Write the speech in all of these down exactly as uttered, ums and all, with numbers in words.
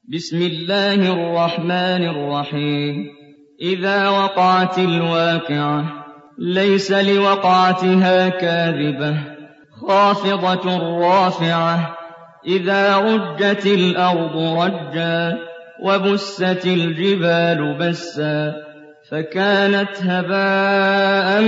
بسم الله الرحمن الرحيم إذا وقعت الواقعة ليس لوقعتها كاذبة خافضة رافعة إذا رجت الأرض رجا وبست الجبال بسا فكانت هباء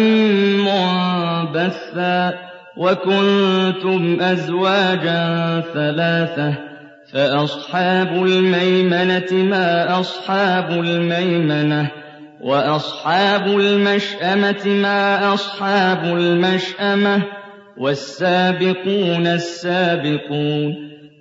منبثا وكنتم أزواجا ثلاثة فأصحاب الميمنة ما أصحاب الميمنة وأصحاب المشأمة ما أصحاب المشأمة والسابقون السابقون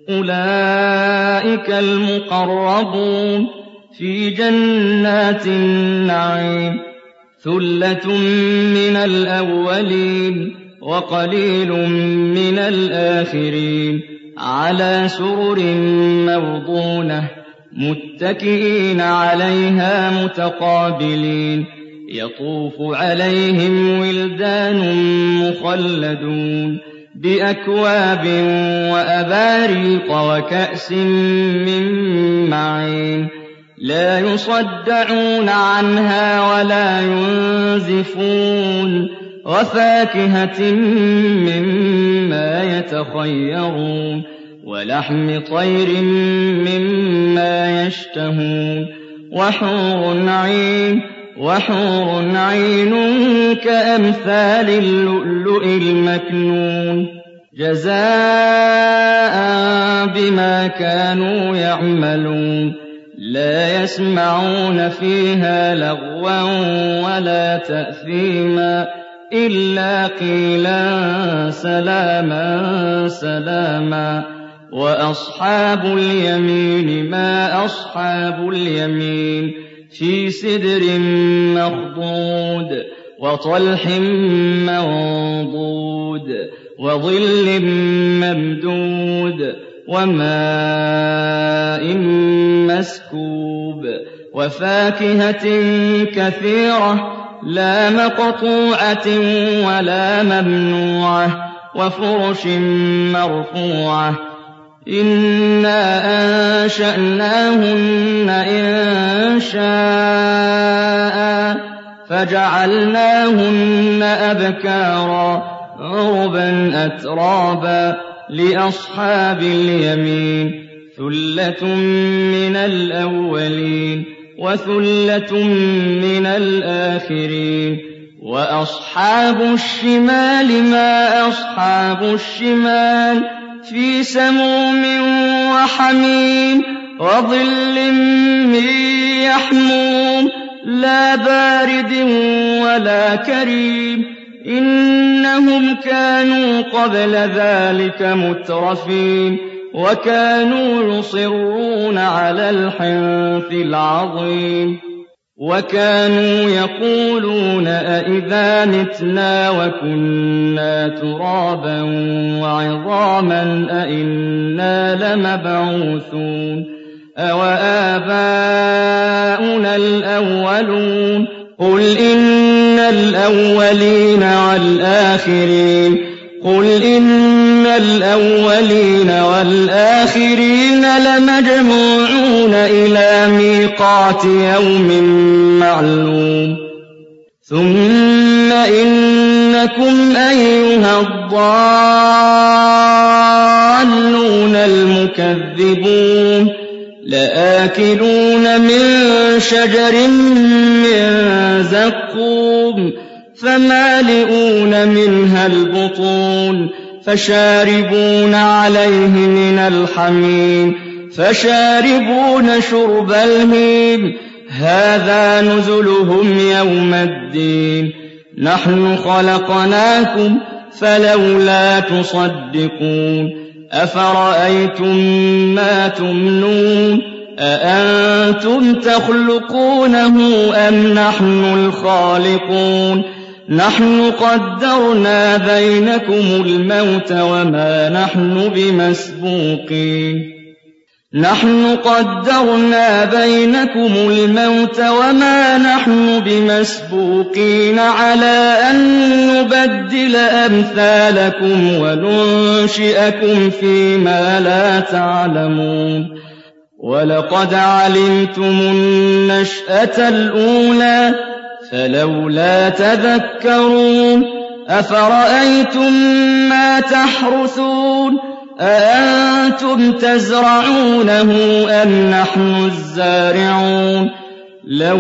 أولئك المقربون في جنات النعيم ثلة من الأولين وقليل من الآخرين على سرر موضونة متكئين عليها متقابلين يطوف عليهم ولدان مخلدون بأكواب وأباريق وكأس من معين لا يصدعون عنها ولا ينزفون وفاكهة مما يتخيرون ولحم طير مما يشتهون وحور عين وحور عين كأمثال اللؤلؤ المكنون جزاء بما كانوا يعملون لا يسمعون فيها لغوا ولا تأثيما إلا قيلا سلاما سلاما وأصحاب اليمين ما أصحاب اليمين في سدر مخضود وطلح منضود وظل ممدود وماء مسكوب وفاكهة كثيرة لا مقطوعة ولا ممنوعة وفرش مرفوعة إنا أنشأناهن إنشاء فجعلناهن أبكارا عربا أترابا لأصحاب اليمين ثلة من الأولين وثلة من الآخرين وأصحاب الشمال ما أصحاب الشمال في سموم وحميم وظل من يحموم لا بارد ولا كريم إنهم كانوا قبل ذلك مترفين وكانوا يصرون على الحنث العظيم وكانوا يقولون أئذا متنا وكنا ترابا وعظاما أئنا لمبعوثون أوآباؤنا الأولون قل إن الأولين والآخرين قل إن الأولين والآخرين لمجموعون إلى ميقات يوم معلوم ثم إنكم أيها الضالون المكذبون لآكلون من شجر من زقوم فمالئون منها البطون فشاربون عليه من الحميم فشاربون شرب الهيم هذا نزلهم يوم الدين نحن خلقناكم فلولا تصدقون أفرأيتم ما تمنون أأنتم تخلقونه أم نحن الخالقون نحن قدرنا بينكم الموت وما نحن بمسبوقين نحن قدرنا بينكم الموت وما نحن بمسبوقين على أن نبدل أمثالكم وننشئكم فيما لا تعلمون وَلَقَدْ عَلِمْتُمُ النَّشْأَةَ الْأُولَىٰ فَلَوْلَا تَذَكَّرُونَ أَفَرَأَيْتُم مَّا تَحْرُثُونَ أَأَنتُمْ تَزْرَعُونَهُ أَمْ نَحْنُ الزَّارِعُونَ لَوْ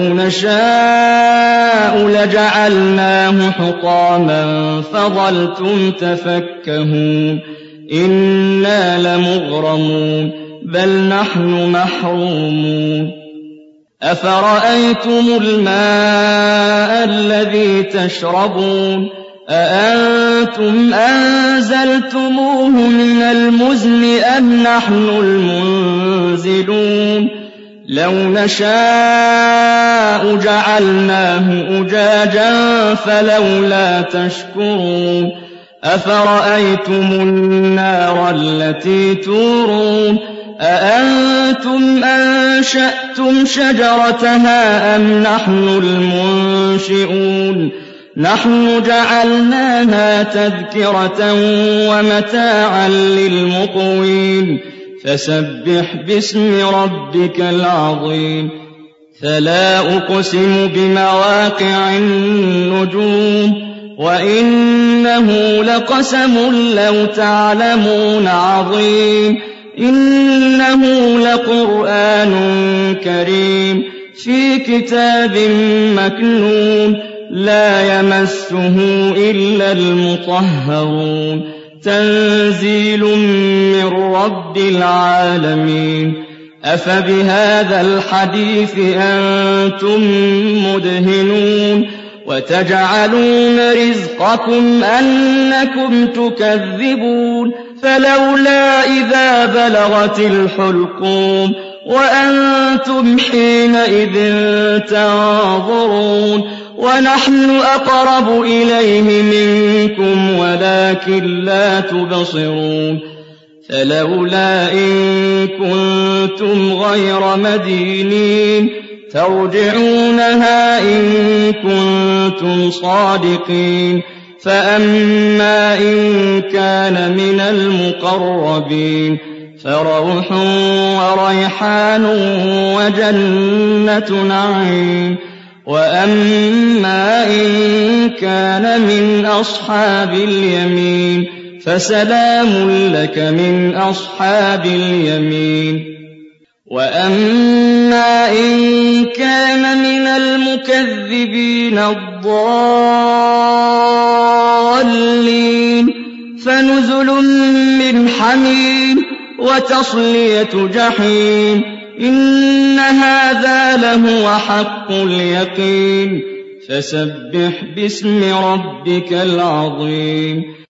نَشَاءُ لَجَعَلْنَاهُ حُطَامًا فَظَلْتُمْ تَفَكَّهُونَ إِنَّا لَمُغْرَمُونَ بَلْ نَحْنُ مَحْرُومُونَ أَفَرَأَيْتُمُ الْمَاءَ الَّذِي تَشْرَبُونَ أَأَنتُمْ أَنزَلْتُمُوهُ مِنَ الْمُزْنِ أَمْ نَحْنُ الْمُنزِلُونَ لَوْ نَشَاءُ جَعَلْنَاهُ أُجَاجًا فَلَوْلَا تَشْكُرُونَ أَفَرَأَيْتُمُ النَّارَ الَّتِي تُورُونَ أَأَنتُمْ أَنشَأْتُمْ شَجَرَتَهَا أَمْ نَحْنُ الْمُنشِئُونَ نَحْنُ جَعَلْنَاهَا تَذْكِرَةً وَمَتَاعًا لِّلْمُقْوِينَ فَسَبِّحْ بِاسْمِ رَبِّكَ الْعَظِيمِ فَلَا أُقْسِمُ بِمَوَاقِعِ النُّجُومِ وَإِنَّهُ لَقَسَمٌ لَّوْ تَعْلَمُونَ عَظِيمٌ إِنَّهُ لَقُرْآنٌ كَرِيمٌ فِي كِتَابٍ مَّكْنُونٍ لَّا يَمَسُّهُ إِلَّا الْمُطَهَّرُونَ تَنزِيلٌ مِّن رَّبِّ الْعَالَمِينَ أَفَبِهَٰذَا الْحَدِيثِ أَنتُم مُّدْهِنُونَ وَتَجْعَلُونَ رِزْقَكُمْ أَنَّكُمْ تُكَذِّبُونَ فَلَوْلَا إِذَا بَلَغَتِ الْحُلْقُومَ وَأَنتُمْ حِينَئِذٍ تَنظُرُونَ وَنَحْنُ أَقْرَبُ إِلَيْهِ مِنكُمْ وَلَٰكِن لَّا تُبْصِرُونَ فَلَوْلَا إِن كُنتُمْ غَيْرَ مَدِينِينَ تَرْجِعُونَهَا إِن كُنتُمْ صَادِقِينَ فَأَمَّا إِن كَانَ مِنَ الْمُقَرَّبِينَ فَرَوْحٌ وَرَيْحَانٌ وَجَنَّةُ نَعِيمٍ وَأَمَّا إِن كَانَ مِنْ أَصْحَابِ الْيَمِينِ فَسَلَامٌ لَّكَ مِنْ أَصْحَابِ الْيَمِينِ وَأَمَّا إِن كَانَ مِنَ الْمُكَذِّبِينَ الضَّالِّينَ فَنُزُلٌ مِّنْ حَمِيمٍ وَتَصْلِيَةُ جَحِيمٍ إِنَّ هَٰذَا لَهُوَ حَقُّ الْيَقِينِ فَسَبِّحْ بِاسْمِ رَبِّكَ الْعَظِيمِ